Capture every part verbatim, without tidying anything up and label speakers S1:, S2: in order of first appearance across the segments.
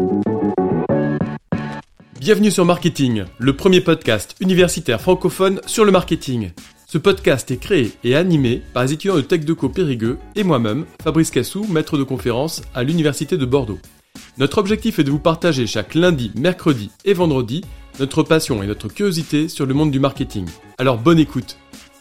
S1: Bienvenue sur Marketing, le premier podcast universitaire francophone sur le marketing. Ce podcast est créé et animé par les étudiants de TechDeco Périgueux et moi-même, Fabrice Cassou, maître de conférence à l'Université de Bordeaux. Notre objectif est de vous partager chaque lundi, mercredi et vendredi notre passion et notre curiosité sur le monde du marketing. Alors bonne écoute.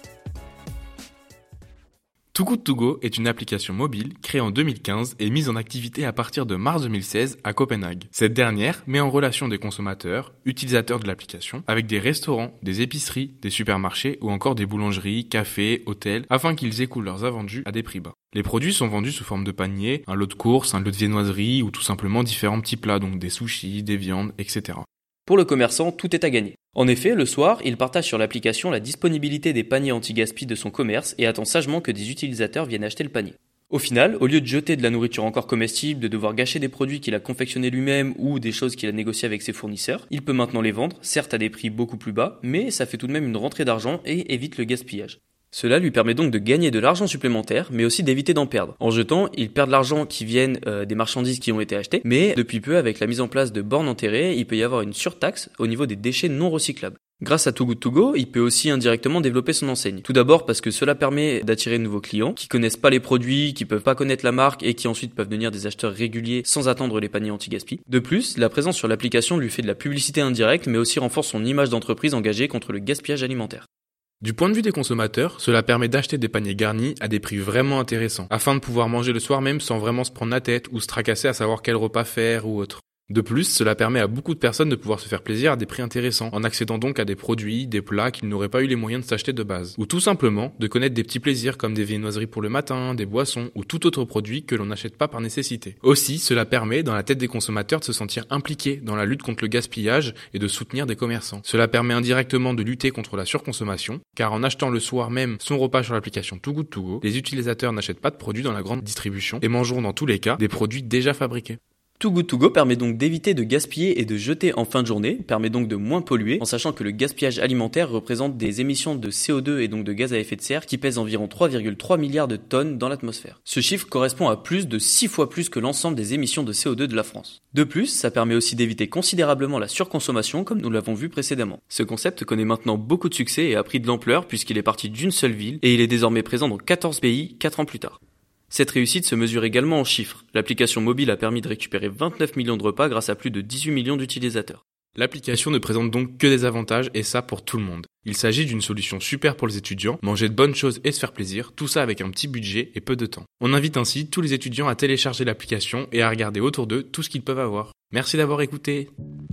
S2: Too Good To Go est une application mobile créée en deux mille quinze et mise en activité à partir de mars deux mille seize à Copenhague. Cette dernière met en relation des consommateurs, utilisateurs de l'application, avec des restaurants, des épiceries, des supermarchés ou encore des boulangeries, cafés, hôtels, afin qu'ils écoulent leurs invendus à des prix bas. Les produits sont vendus sous forme de panier, un lot de courses, un lot de viennoiserie ou tout simplement différents petits plats, donc des sushis, des viandes, et cetera.
S3: Pour le commerçant, tout est à gagner. En effet, le soir, il partage sur l'application la disponibilité des paniers anti-gaspi de son commerce et attend sagement que des utilisateurs viennent acheter le panier. Au final, au lieu de jeter de la nourriture encore comestible, de devoir gâcher des produits qu'il a confectionnés lui-même ou des choses qu'il a négociées avec ses fournisseurs, il peut maintenant les vendre, certes à des prix beaucoup plus bas, mais ça fait tout de même une rentrée d'argent et évite le gaspillage. Cela lui permet donc de gagner de l'argent supplémentaire, mais aussi d'éviter d'en perdre. En jetant, il perd de l'argent qui viennent euh, des marchandises qui ont été achetées, mais depuis peu, avec la mise en place de bornes enterrées, il peut y avoir une surtaxe au niveau des déchets non recyclables. Grâce à Too Good To Go, il peut aussi indirectement développer son enseigne. Tout d'abord parce que cela permet d'attirer de nouveaux clients qui connaissent pas les produits, qui peuvent pas connaître la marque et qui ensuite peuvent devenir des acheteurs réguliers sans attendre les paniers anti-gaspi. De plus, la présence sur l'application lui fait de la publicité indirecte, mais aussi renforce son image d'entreprise engagée contre le gaspillage alimentaire.
S2: Du point de vue des consommateurs, cela permet d'acheter des paniers garnis à des prix vraiment intéressants, afin de pouvoir manger le soir même sans vraiment se prendre la tête ou se tracasser à savoir quel repas faire ou autre. De plus, cela permet à beaucoup de personnes de pouvoir se faire plaisir à des prix intéressants, en accédant donc à des produits, des plats qu'ils n'auraient pas eu les moyens de s'acheter de base. Ou tout simplement, de connaître des petits plaisirs comme des viennoiseries pour le matin, des boissons ou tout autre produit que l'on n'achète pas par nécessité. Aussi, cela permet, dans la tête des consommateurs, de se sentir impliqués dans la lutte contre le gaspillage et de soutenir des commerçants. Cela permet indirectement de lutter contre la surconsommation, car en achetant le soir même son repas sur l'application Too Good To Go, les utilisateurs n'achètent pas de produits dans la grande distribution et mangeront dans tous les cas des produits déjà fabriqués.
S3: Too Good To Go permet donc d'éviter de gaspiller et de jeter en fin de journée, permet donc de moins polluer, en sachant que le gaspillage alimentaire représente des émissions de C O deux et donc de gaz à effet de serre qui pèsent environ trois virgule trois milliards de tonnes dans l'atmosphère. Ce chiffre correspond à plus de six fois plus que l'ensemble des émissions de C O deux de la France. De plus, ça permet aussi d'éviter considérablement la surconsommation comme nous l'avons vu précédemment. Ce concept connaît maintenant beaucoup de succès et a pris de l'ampleur puisqu'il est parti d'une seule ville et il est désormais présent dans quatorze pays quatre ans plus tard. Cette réussite se mesure également en chiffres. L'application mobile a permis de récupérer vingt-neuf millions de repas grâce à plus de dix-huit millions d'utilisateurs.
S2: L'application ne présente donc que des avantages et ça pour tout le monde. Il s'agit d'une solution super pour les étudiants, manger de bonnes choses et se faire plaisir, tout ça avec un petit budget et peu de temps. On invite ainsi tous les étudiants à télécharger l'application et à regarder autour d'eux tout ce qu'ils peuvent avoir. Merci d'avoir écouté.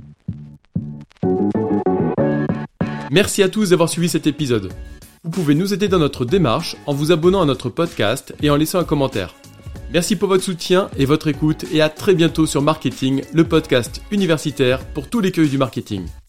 S1: Merci à tous d'avoir suivi cet épisode. Vous pouvez nous aider dans notre démarche en vous abonnant à notre podcast et en laissant un commentaire. Merci pour votre soutien et votre écoute et à très bientôt sur Marketing, le podcast universitaire pour tous les curieux du marketing.